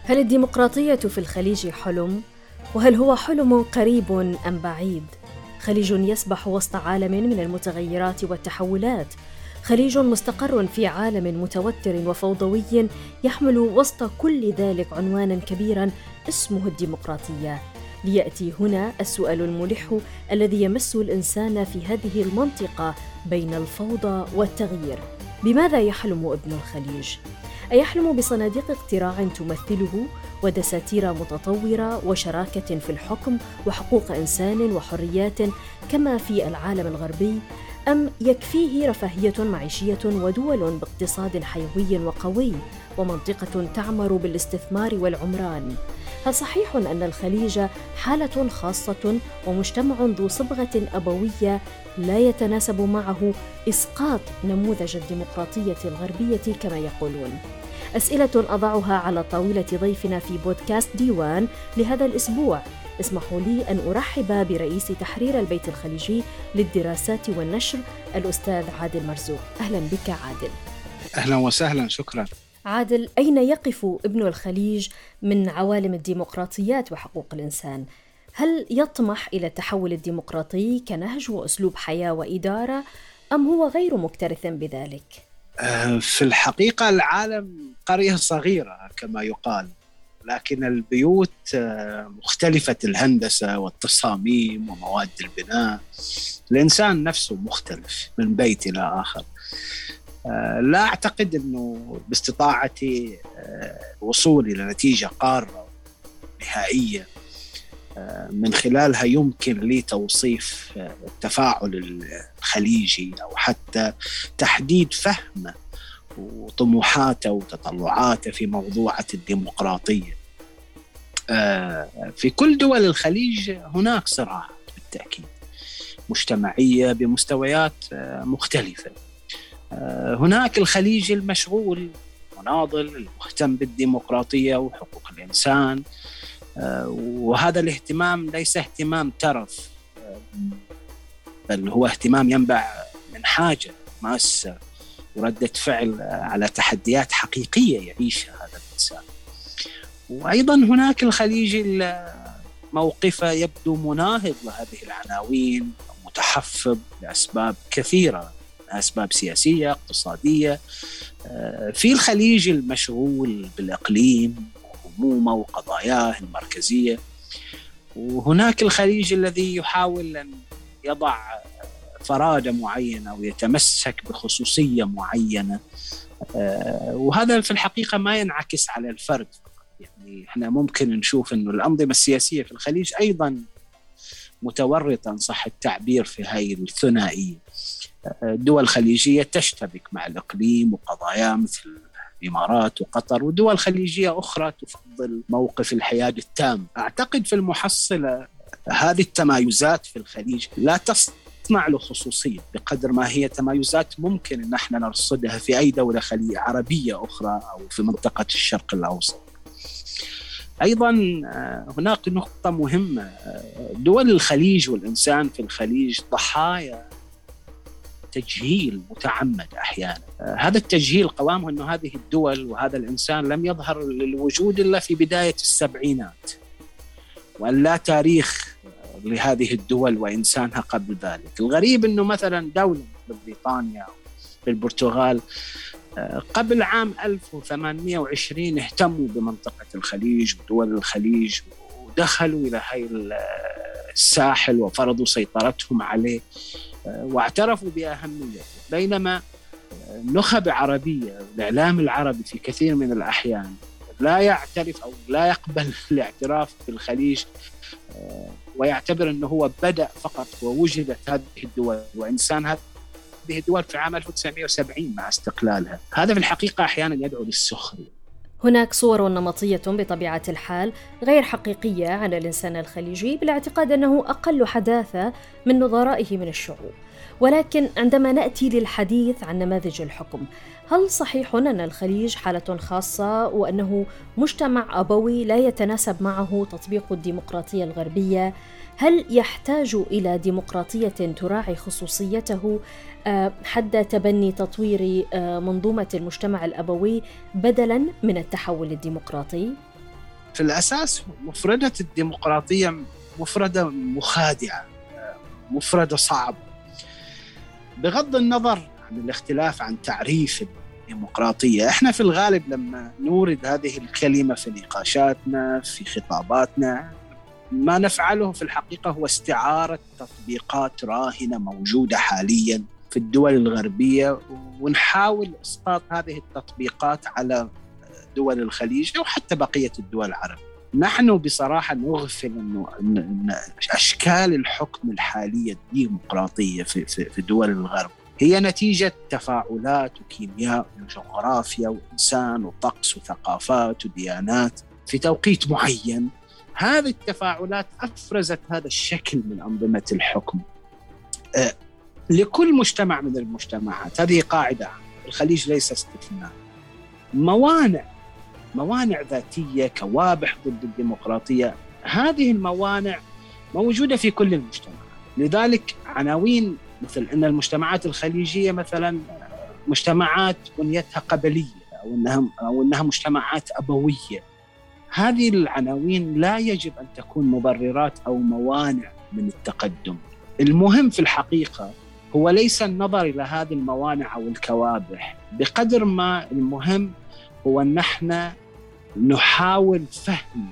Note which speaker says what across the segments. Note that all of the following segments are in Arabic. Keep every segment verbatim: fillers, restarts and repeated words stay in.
Speaker 1: هل الديمقراطية في الخليج حلم؟ وهل هو حلم قريب أم بعيد؟ خليج يسبح وسط عالم من المتغيرات والتحولات، خليج مستقر في عالم متوتر وفوضوي يحمل وسط كل ذلك عنوانا كبيرا اسمه الديمقراطية. ليأتي هنا السؤال الملح الذي يمس الإنسان في هذه المنطقة بين الفوضى والتغيير: بماذا يحلم ابن الخليج؟ أيحلم بصناديق اقتراع تمثله ودساتير متطورة وشراكة في الحكم وحقوق إنسان وحريات كما في العالم الغربي، أم يكفيه رفاهية معيشية ودول باقتصاد حيوي وقوي ومنطقة تعمر بالاستثمار والعمران؟ هل صحيح أن الخليج حالة خاصة ومجتمع ذو صبغة أبوية لا يتناسب معه إسقاط نموذج الديمقراطية الغربية كما يقولون؟ أسئلة أضعها على طاولة ضيفنا في بودكاست ديوان لهذا الأسبوع. اسمحوا لي أن أرحب برئيس تحرير البيت الخليجي للدراسات والنشر الأستاذ عادل مرزوق. أهلا بك عادل.
Speaker 2: أهلا وسهلا، شكرا.
Speaker 1: عادل، أين يقف ابن الخليج من عوالم الديمقراطيات وحقوق الإنسان؟ هل يطمح إلى التحول الديمقراطي كنهج وأسلوب حياة وإدارة، أم هو غير مكترث بذلك؟
Speaker 2: في الحقيقة العالم قرية صغيرة كما يقال، لكن البيوت مختلفة الهندسة والتصاميم ومواد البناء. الإنسان نفسه مختلف من بيت إلى آخر. لا أعتقد أنه باستطاعتي الوصول إلى نتيجة قارة نهائية من خلالها يمكن لي توصيف التفاعل الخليجي أو حتى تحديد فهمه وطموحاته وتطلعاته في موضوعة الديمقراطية. في كل دول الخليج هناك صراعات بالتأكيد مجتمعية بمستويات مختلفة. هناك الخليج المشغول مناضل المهتم بالديمقراطية وحقوق الإنسان، وهذا الاهتمام ليس اهتمام ترف، بل هو اهتمام ينبع من حاجة ماسة وردة فعل على تحديات حقيقية يعيشها هذا الإنسان. وأيضا هناك الخليج موقفه يبدو مناهض لهذه العناوين، متحفظ لأسباب كثيرة، أسباب سياسية اقتصادية. في الخليج المشغول بالإقليم وهمومه وقضاياه المركزية، وهناك الخليج الذي يحاول أن يضع فرادة معينة ويتمسك بخصوصية معينة، وهذا في الحقيقة ما ينعكس على الفرد. يعني احنا ممكن نشوف أنه الأنظمة السياسية في الخليج أيضا متورطة صح التعبير في هاي الثنائية. الدول الخليجية تشتبك مع الإقليم وقضايا مثل الإمارات وقطر، ودول خليجية أخرى تفضل موقف الحياد التام. أعتقد في المحصلة هذه التمايزات في الخليج لا تصنع له خصوصية بقدر ما هي تمايزات ممكن أن احنا نرصدها في أي دولة خليجية عربية أخرى أو في منطقة الشرق الأوسط. أيضا هناك نقطة مهمة، دول الخليج والإنسان في الخليج ضحايا تجهيل متعمد أحيانا. هذا التجهيل قوامه أنه هذه الدول وهذا الإنسان لم يظهر للوجود إلا في بداية السبعينات، وأن لا تاريخ لهذه الدول وإنسانها قبل ذلك. الغريب أنه مثلا دولة مثل بريطانيا والبرتغال قبل عام ألف وثمانمئة وعشرين اهتموا بمنطقة الخليج ودول الخليج ودخلوا إلى هاي الساحل وفرضوا سيطرتهم عليه واعترفوا بأهميته، بينما نخب عربية الإعلام العربي في كثير من الأحيان لا يعترف أو لا يقبل الاعتراف بالخليج، ويعتبر أنه هو بدأ فقط ووجدت هذه الدول وإنسان هذه الدول في عام ألف وتسعمئة وسبعين مع استقلالها. هذا في الحقيقة أحيانا يدعو للسخرية.
Speaker 1: هناك صور نمطية بطبيعة الحال غير حقيقية عن الإنسان الخليجي بالاعتقاد أنه أقل حداثة من نظرائه من الشعوب، ولكن عندما نأتي للحديث عن نماذج الحكم، هل صحيح أن الخليج حالة خاصة وأنه مجتمع أبوي لا يتناسب معه تطبيق الديمقراطية الغربية؟ هل يحتاج إلى ديمقراطية تراعي خصوصيته حد تبني تطوير منظومة المجتمع الأبوي بدلاً من التحول الديمقراطي؟
Speaker 2: في الأساس مفردة الديمقراطية مفردة مخادعة، مفردة صعبة، بغض النظر عن الاختلاف عن تعريف الديمقراطية. احنا في الغالب لما نورد هذه الكلمة في نقاشاتنا في خطاباتنا، ما نفعله في الحقيقة هو استعارة تطبيقات راهنة موجودة حاليا في الدول الغربية، ونحاول إسقاط هذه التطبيقات على دول الخليج أو حتى بقية الدول العربية. نحن بصراحة نغفل أنه أن أشكال الحكم الحالية الديمقراطية في, في, في دول الغرب هي نتيجة تفاعلات وكيمياء وجغرافيا وإنسان وطقس وثقافات وديانات في توقيت معين. هذه التفاعلات أفرزت هذا الشكل من أنظمة الحكم أه لكل مجتمع من المجتمعات. هذه قاعدة، الخليج ليس استثناء. موانع موانع ذاتية، كوابح ضد الديمقراطية، هذه الموانع موجودة في كل المجتمعات. لذلك عناوين مثل أن المجتمعات الخليجية مثلا مجتمعات بنيتها قبلية أو أنها, أو أنها مجتمعات أبوية، هذه العناوين لا يجب أن تكون مبررات أو موانع من التقدم. المهم في الحقيقة هو ليس النظر إلى هذه الموانع أو الكوابح، بقدر ما المهم هو أن نحن نحاول فهم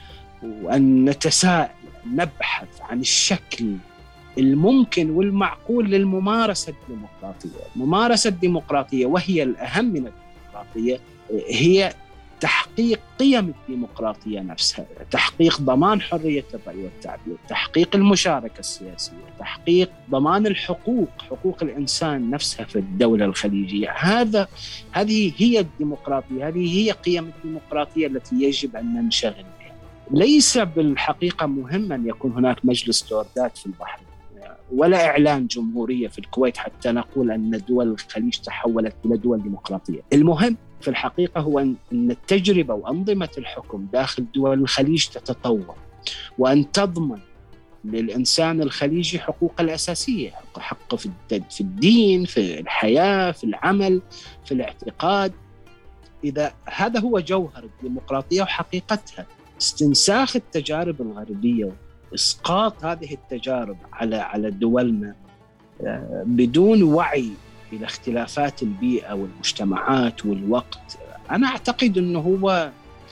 Speaker 2: وأن نتساءل، نبحث عن الشكل الممكن والمعقول للممارسة الديمقراطية. الممارسة الديمقراطية وهي الأهم من الديمقراطية هي تحقيق قيم الديمقراطية نفسها، تحقيق ضمان حرية الرأي والتعبير، تحقيق المشاركة السياسية، تحقيق ضمان الحقوق، حقوق الإنسان نفسها في الدولة الخليجية. هذا هذه هي الديمقراطية، هذه هي قيم الديمقراطية التي يجب أن ننشغل بها. ليس بالحقيقة مهم أن يكون هناك مجلس لوردات في البحرين ولا إعلان جمهورية في الكويت حتى نقول أن دول الخليج تحولت إلى دول ديمقراطية. المهم في الحقيقة هو أن التجربة وأنظمة الحكم داخل دول الخليج تتطور، وأن تضمن للإنسان الخليجي حقوق الأساسية، حقه في الدين، في الحياة، في العمل، في الاعتقاد. إذا هذا هو جوهر الديمقراطية وحقيقتها، استنساخ التجارب الغربية وإسقاط هذه التجارب على على دولنا بدون وعي إلى اختلافات البيئة والمجتمعات والوقت، أنا أعتقد أنه هو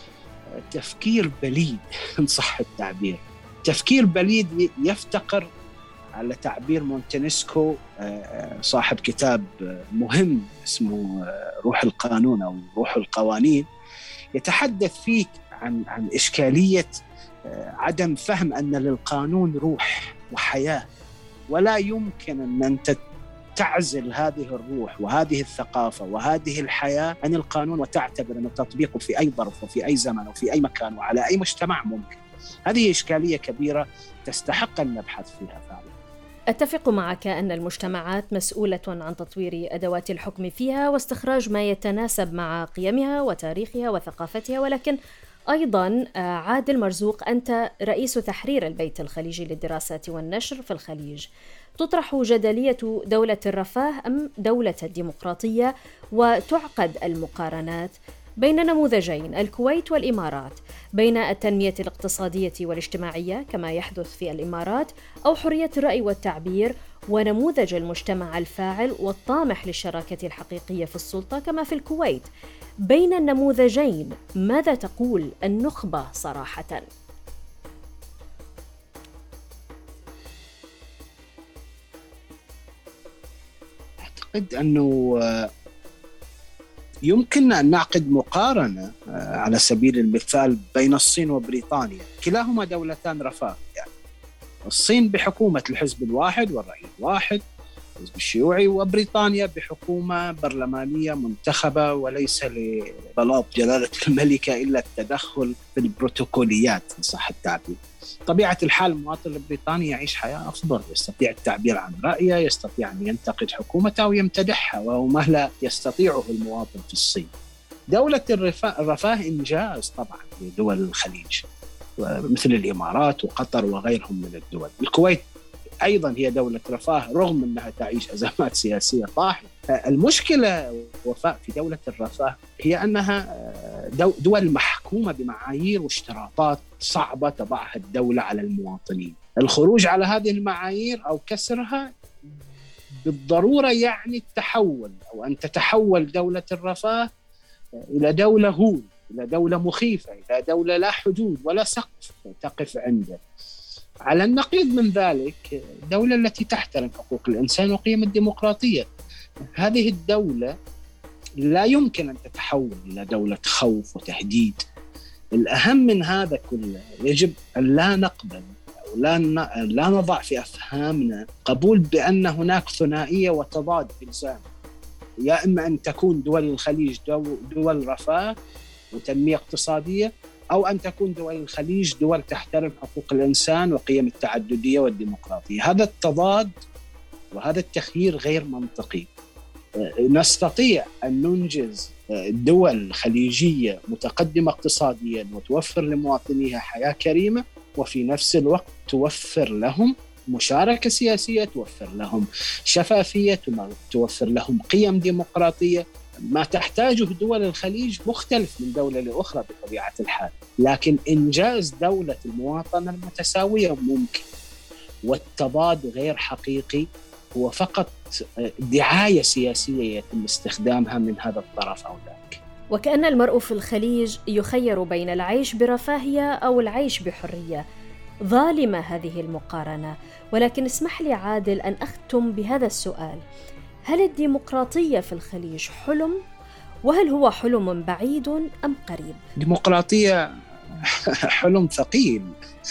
Speaker 2: تفكير بليد إن صح التعبير، تفكير بليد يفتقر على تعبير مونتينسكو صاحب كتاب مهم اسمه روح القانون أو روح القوانين، يتحدث فيه عن عن إشكالية عدم فهم أن للقانون روح وحياة، ولا يمكن أن أنت تعزل هذه الروح وهذه الثقافة وهذه الحياة عن القانون وتعتبر أن تطبيقه في أي ظرف وفي أي زمن وفي أي مكان وعلى أي مجتمع ممكن. هذه إشكالية كبيرة تستحق أن نبحث فيها فعلا.
Speaker 1: أتفق معك أن المجتمعات مسؤولة عن تطوير أدوات الحكم فيها واستخراج ما يتناسب مع قيمها وتاريخها وثقافتها، ولكن أيضاً عادل مرزوق، أنت رئيس تحرير البيت الخليجي للدراسات والنشر في الخليج. تطرح جدلية دولة الرفاه أم دولة الديمقراطية، وتعقد المقارنات بين نموذجين، الكويت والإمارات، بين التنمية الاقتصادية والاجتماعية كما يحدث في الإمارات، أو حرية الرأي والتعبير ونموذج المجتمع الفاعل والطامح للشراكة الحقيقية في السلطة كما في الكويت. بين النموذجين ماذا تقول النخبة صراحة؟
Speaker 2: أعتقد أنه يمكن أن نعقد مقارنة على سبيل المثال بين الصين وبريطانيا، كلاهما دولتان رفاه. يعني الصين بحكومة الحزب الواحد والرأي الواحد، الحزب الشيوعي، وبريطانيا بحكومة برلمانية منتخبة وليس لبلاط جلالة الملكة إلا التدخل في البروتوكوليات إن صح التعبير. طبيعة الحال المواطن البريطاني يعيش حياة أفضل، يستطيع التعبير عن رأيه، يستطيع أن ينتقد حكومته ويمتدحها، وهو ما لا يستطيعه المواطن في الصين. دولة الرفاه إنجاز طبعا لدول الخليج مثل الإمارات وقطر وغيرهم من الدول. الكويت أيضا هي دولة رفاه رغم أنها تعيش أزمات سياسية طاحنة. المشكلة وفاء في دولة الرفاه هي أنها دول محكومة محكومة بمعايير واشتراطات صعبة تضعها الدولة على المواطنين. الخروج على هذه المعايير أو كسرها بالضرورة يعني التحول، أو أن تتحول دولة الرفاه إلى دولة هول، إلى دولة مخيفة، إلى دولة لا حدود ولا سقف تقف عنده. على النقيض من ذلك الدولة التي تحترم حقوق الإنسان وقيم الديمقراطية، هذه الدولة لا يمكن أن تتحول إلى دولة خوف وتهديد. الأهم من هذا كله يجب أن لا نقبل أو لا لا نضع في أفهامنا قبول بأن هناك ثنائية وتضاد إلزام، يا إما أن تكون دول الخليج دول رفاه وتنمية اقتصادية، أو أن تكون دول الخليج دول تحترم حقوق الإنسان وقيم التعددية والديمقراطية. هذا التضاد وهذا التخيير غير منطقي. نستطيع أن ننجز دول خليجية متقدمة اقتصاديا وتوفر لمواطنيها حياة كريمة، وفي نفس الوقت توفر لهم مشاركة سياسية، توفر لهم شفافية، توفر لهم قيم ديمقراطية. ما تحتاجه دول الخليج مختلف من دولة لأخرى بطبيعة الحال، لكن إنجاز دولة المواطنة المتساوية ممكن، والتضاد غير حقيقي، هو فقط دعاية سياسية يتم استخدامها من هذا الطرف أو ذاك.
Speaker 1: وكأن المرء في الخليج يخير بين العيش برفاهية أو العيش بحرية. ظالمة هذه المقارنة، ولكن اسمح لي عادل أن أختم بهذا السؤال: هل الديمقراطية في الخليج حلم؟ وهل هو حلم بعيد أم قريب؟
Speaker 2: ديمقراطية حلم ثقيل.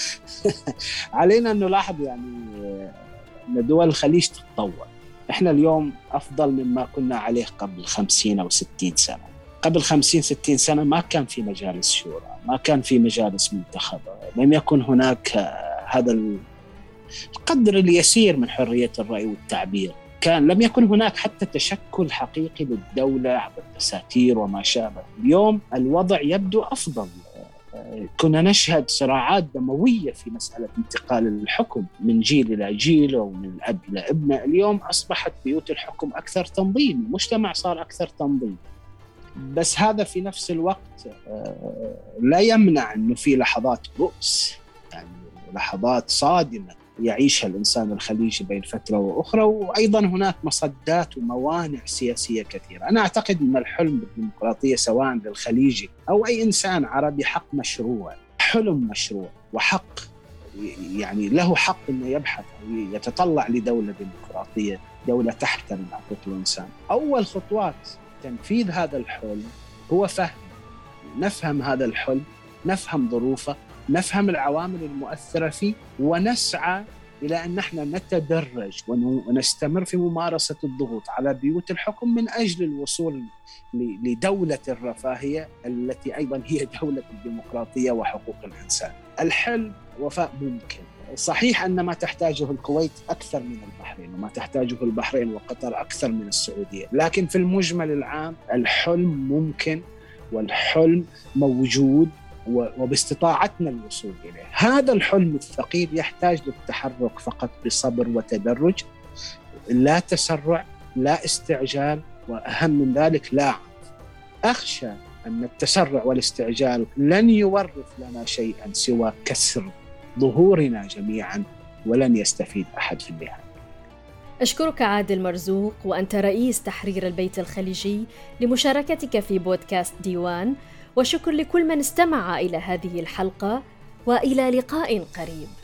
Speaker 2: علينا أن نلاحظ يعني أن دول الخليج تتطور. إحنا اليوم أفضل مما كنا عليه قبل خمسين أو ستين سنة. قبل خمسين ستين سنة ما كان في مجالس شورى، ما كان في مجالس منتخبة، لم يكن هناك هذا القدر اليسير من حرية الرأي والتعبير، كان لم يكن هناك حتى تشكل حقيقي للدولة عبر الدساتير وما شابه. اليوم الوضع يبدو أفضل. كنا نشهد صراعات دموية في مسألة انتقال الحكم من جيل إلى جيل ومن الأب إلى ابنه. اليوم أصبحت بيوت الحكم أكثر تنظيم، المجتمع صار أكثر تنظيم. بس هذا في نفس الوقت لا يمنع أنه في لحظات بؤس، يعني لحظات صادمة يعيشها الإنسان الخليجي بين فترة وأخرى، وأيضا هناك مصدات وموانع سياسية كثيرة. أنا أعتقد أن الحلم بالديمقراطية سواء للخليجي أو أي إنسان عربي حق مشروع، حلم مشروع وحق، يعني له حق أنه يبحث أو يتطلع لدولة ديمقراطية، دولة تحترم حقوق الإنسان. أول خطوات تنفيذ هذا الحلم هو فهم، نفهم هذا الحلم، نفهم ظروفه، نفهم العوامل المؤثرة فيه، ونسعى إلى أن نحن نتدرج ونستمر في ممارسة الضغوط على بيوت الحكم من أجل الوصول لدولة الرفاهية التي أيضا هي دولة الديمقراطية وحقوق الإنسان. الحلم وفاء ممكن. صحيح أن ما تحتاجه الكويت أكثر من البحرين، وما تحتاجه البحرين وقطر أكثر من السعودية، لكن في المجمل العام الحلم ممكن والحلم موجود وباستطاعتنا الوصول إليه. هذا الحلم الثقيل يحتاج للتحرك فقط بصبر وتدرج، لا تسرع، لا استعجال، وأهم من ذلك لا عنف. أخشى أن التسرع والاستعجال لن يورث لنا شيئا سوى كسر ظهورنا جميعا، ولن يستفيد أحد في النهاية.
Speaker 1: أشكرك عادل مرزوق، وأنت رئيس تحرير البيت الخليجي، لمشاركتك في بودكاست ديوان، وشكر لكل من استمع إلى هذه الحلقة، وإلى لقاء قريب.